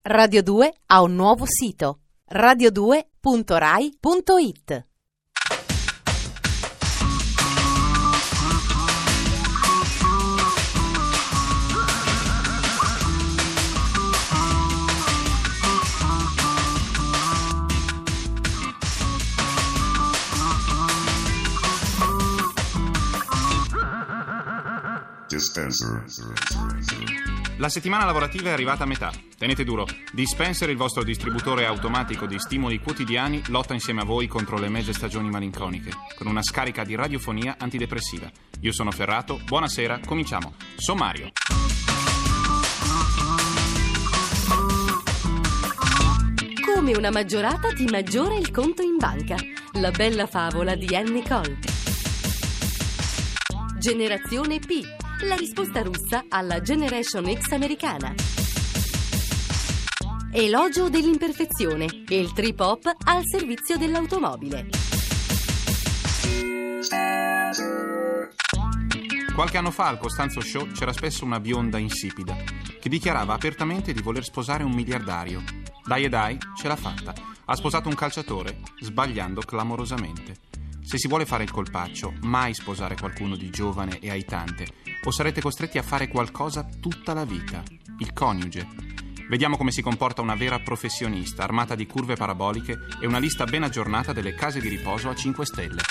Radio 2 ha un nuovo sito: radio2.rai.it. La settimana lavorativa è arrivata a metà. Tenete duro. Dispenser, il vostro distributore automatico di stimoli quotidiani, lotta insieme a voi contro le mezze stagioni malinconiche, con una scarica di radiofonia antidepressiva. Io sono Ferrato, buonasera, cominciamo. Sommario. Come una maggiorata ti maggiora il conto in banca. La bella favola di Anne Nicole. Generazione P. La risposta russa alla Generation X americana. Elogio dell'imperfezione. Il trip hop al servizio dell'automobile. Qualche anno fa al Costanzo Show c'era spesso una bionda insipida che dichiarava apertamente di voler sposare un miliardario. Dai e dai, ce l'ha fatta. Ha sposato un calciatore, sbagliando clamorosamente. Se si vuole fare il colpaccio, mai sposare qualcuno di giovane e aitante, o sarete costretti a fare qualcosa tutta la vita, il coniuge. Vediamo come si comporta una vera professionista, armata di curve paraboliche e una lista ben aggiornata delle case di riposo a 5 stelle.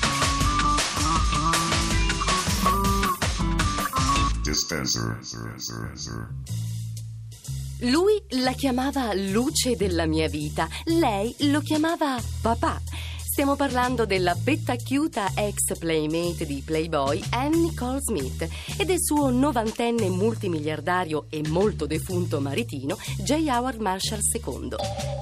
Lui la chiamava luce della mia vita, lei lo chiamava papà. Stiamo parlando della pettacchiuta ex playmate di Playboy, Anne Nicole Smith, e del suo novantenne multimiliardario e molto defunto maritino, J. Howard Marshall II.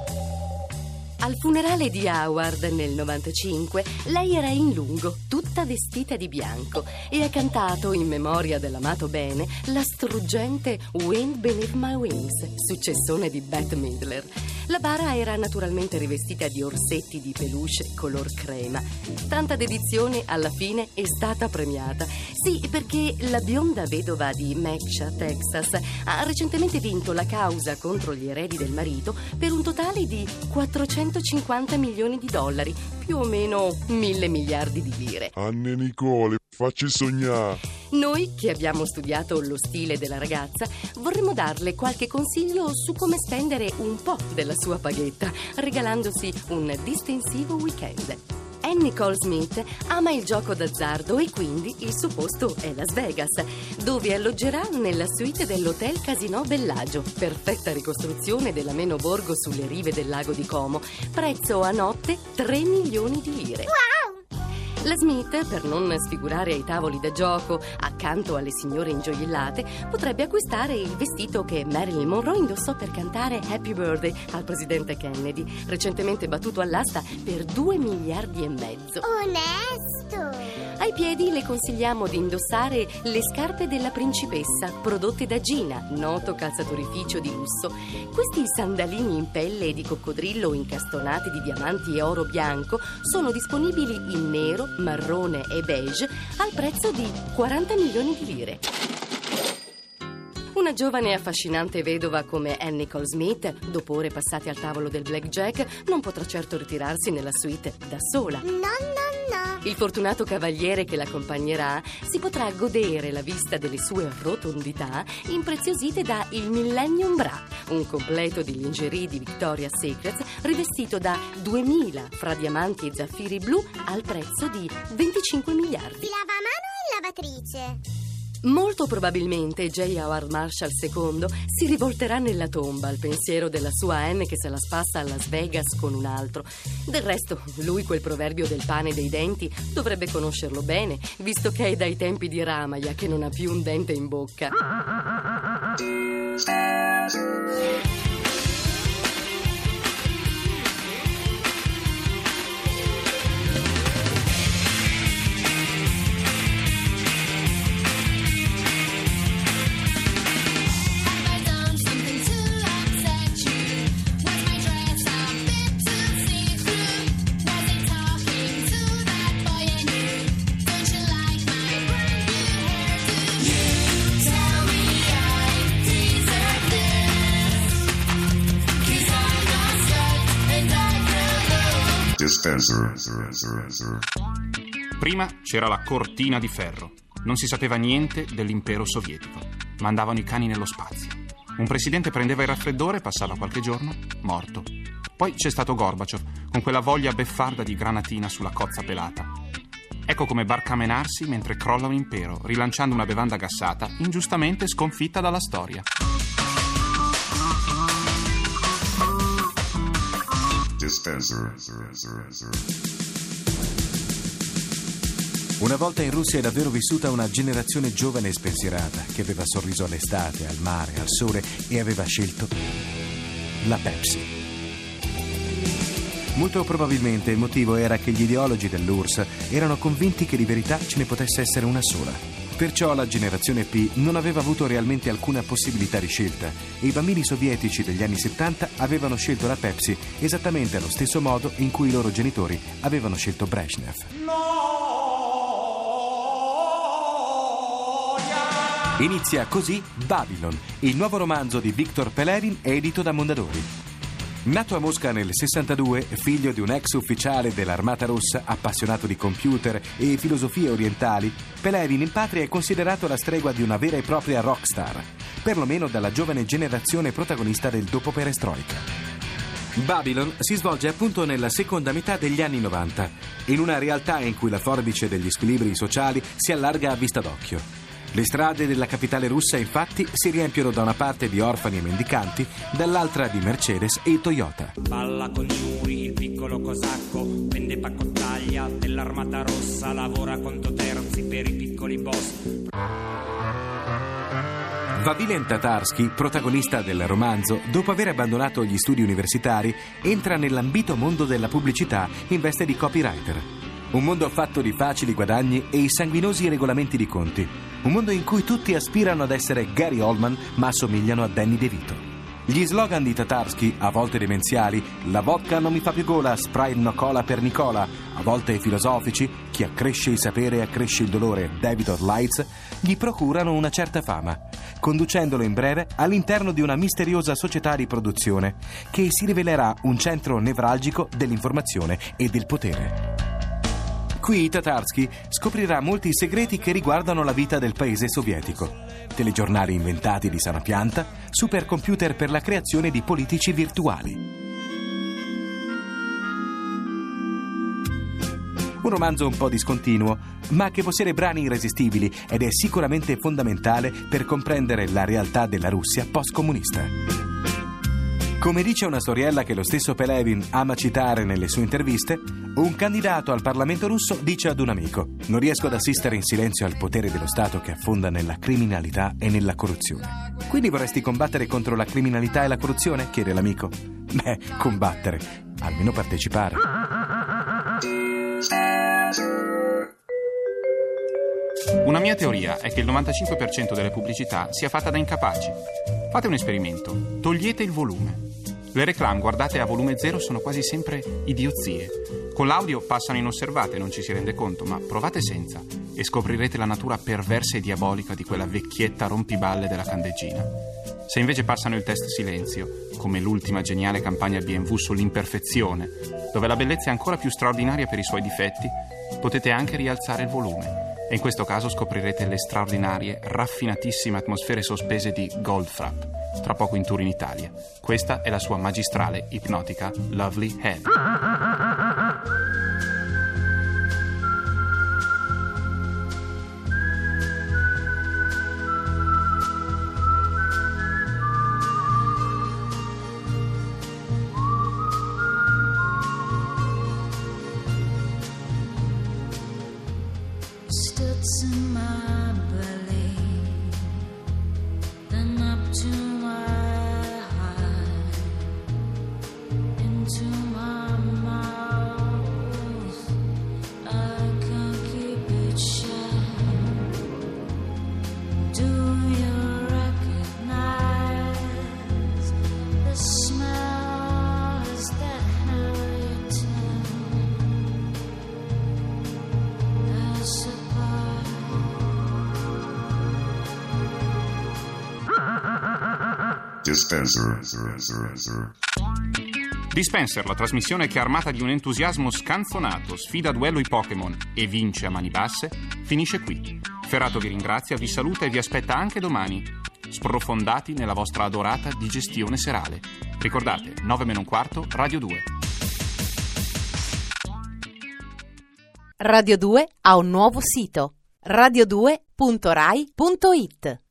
Al funerale di Howard nel 95, lei era in lungo, tutta vestita di bianco, e ha cantato, in memoria dell'amato bene, la struggente Wind Beneath My Wings, successone di Bette Midler. La bara era naturalmente rivestita di orsetti di peluche color crema. Tanta dedizione, alla fine è stata premiata. Sì, perché la bionda vedova di Mecha, Texas, ha recentemente vinto la causa contro gli eredi del marito per un totale di $450 milioni, più o meno 1.000 miliardi di lire. Anne Nicole, facci sognare. Noi, che abbiamo studiato lo stile della ragazza, vorremmo darle qualche consiglio su come spendere un po' della sua paghetta, regalandosi un distensivo weekend. Anne Nicole Smith ama il gioco d'azzardo e quindi il suo posto è Las Vegas, dove alloggerà nella suite dell'Hotel Casino Bellagio, perfetta ricostruzione dell'ameno borgo sulle rive del lago di Como, prezzo a notte 3 milioni di lire. La Smith, per non sfigurare ai tavoli da gioco, accanto alle signore ingioiellate, potrebbe acquistare il vestito che Marilyn Monroe indossò per cantare Happy Birthday al presidente Kennedy, recentemente battuto all'asta per 2,5 miliardi. Onesto! Ai piedi le consigliamo di indossare le scarpe della principessa, prodotte da Gina, noto calzaturificio di lusso. Questi sandalini in pelle di coccodrillo incastonati di diamanti e oro bianco sono disponibili in nero, marrone e beige al prezzo di 40 milioni di lire. Una giovane e affascinante vedova come Anne Nicole Smith, dopo ore passate al tavolo del blackjack, non potrà certo ritirarsi nella suite da sola. No. Il fortunato cavaliere che l'accompagnerà si potrà godere la vista delle sue rotondità impreziosite da il Millennium Bra, un completo di lingerie di Victoria's Secret rivestito da 2.000 fra diamanti e zaffiri blu al prezzo di 25 miliardi. Lavamano e lavatrice. Molto probabilmente J. Howard Marshall II si rivolterà nella tomba al pensiero della sua Anne che se la spassa a Las Vegas con un altro. Del resto, lui quel proverbio del pane e dei denti dovrebbe conoscerlo bene, visto che è dai tempi di Ramaya che non ha più un dente in bocca. Dispenser. Prima c'era la cortina di ferro. Non si sapeva niente dell'impero sovietico. Mandavano i cani nello spazio. Un presidente prendeva il raffreddore e passava qualche giorno morto. Poi c'è stato Gorbaciov, con quella voglia beffarda di granatina sulla cozza pelata. Ecco come barcamenarsi mentre crolla un impero, rilanciando una bevanda gassata ingiustamente sconfitta dalla storia. Dispenser. Una volta in Russia è davvero vissuta una generazione giovane e spensierata che aveva sorriso all'estate, al mare, al sole e aveva scelto la Pepsi. Molto probabilmente il motivo era che gli ideologi dell'URSS erano convinti che di verità ce ne potesse essere una sola. Perciò la generazione P non aveva avuto realmente alcuna possibilità di scelta e i bambini sovietici degli anni 70 avevano scelto la Pepsi esattamente allo stesso modo in cui i loro genitori avevano scelto Brezhnev. Inizia così Babylon, il nuovo romanzo di Viktor Pelevin edito da Mondadori. Nato a Mosca nel 62, figlio di un ex ufficiale dell'armata russa appassionato di computer e filosofie orientali, Pelevin in patria è considerato la stregua di una vera e propria rockstar, perlomeno dalla giovane generazione protagonista del dopo perestroica. Babylon si svolge appunto nella seconda metà degli anni 90, in una realtà in cui la forbice degli squilibri sociali si allarga a vista d'occhio. Le strade della capitale russa, infatti, si riempiono da una parte di orfani e mendicanti, dall'altra di Mercedes e Toyota. Balla con Yuri, il piccolo cosacco, vende pacottaglia dell'armata rossa, lavora conto terzi per i piccoli boss. Vavilen Tatarsky, protagonista del romanzo, dopo aver abbandonato gli studi universitari, entra nell'ambito mondo della pubblicità in veste di copywriter. Un mondo fatto di facili guadagni e i sanguinosi regolamenti di conti. Un mondo in cui tutti aspirano ad essere Gary Oldman, ma assomigliano a Danny DeVito. Gli slogan di Tatarsky, a volte demenziali, la vodka non mi fa più gola, Sprite no cola per Nicola, a volte filosofici, chi accresce il sapere accresce il dolore, David or Lights, gli procurano una certa fama, conducendolo in breve all'interno di una misteriosa società di produzione che si rivelerà un centro nevralgico dell'informazione e del potere. Qui Tatarsky scoprirà molti segreti che riguardano la vita del paese sovietico. Telegiornali inventati di sana pianta, supercomputer per la creazione di politici virtuali. Un romanzo un po' discontinuo, ma che possiede brani irresistibili ed è sicuramente fondamentale per comprendere la realtà della Russia post-comunista. Come dice una storiella che lo stesso Pelevin ama citare nelle sue interviste, un candidato al Parlamento russo dice ad un amico: non riesco ad assistere in silenzio al potere dello Stato che affonda nella criminalità e nella corruzione. Quindi vorresti combattere contro la criminalità e la corruzione? Chiede l'amico. Beh, combattere, almeno partecipare. Una mia teoria è che il 95% delle pubblicità sia fatta da incapaci. Fate un esperimento, togliete il volume. Le reclame guardate a volume zero sono quasi sempre idiozie. Con l'audio passano inosservate, non ci si rende conto, ma provate senza e scoprirete la natura perversa e diabolica di quella vecchietta rompiballe della candeggina. Se invece passano il test silenzio, come l'ultima geniale campagna BMW sull'imperfezione, dove la bellezza è ancora più straordinaria per i suoi difetti, potete anche rialzare il volume. E in questo caso scoprirete le straordinarie, raffinatissime atmosfere sospese di Goldfrapp, tra poco in tour in Italia. Questa è la sua magistrale ipnotica Lovely Head. Studs in my belly, then up to my heart, into my mouth. Dispenser. Dispenser, la trasmissione che armata di un entusiasmo scanzonato sfida a duello i Pokémon e vince a mani basse, finisce qui. Ferrato vi ringrazia, vi saluta e vi aspetta anche domani, sprofondati nella vostra adorata digestione serale. Ricordate, 9:15, Radio 2. Radio 2 ha un nuovo sito: radio2.rai.it.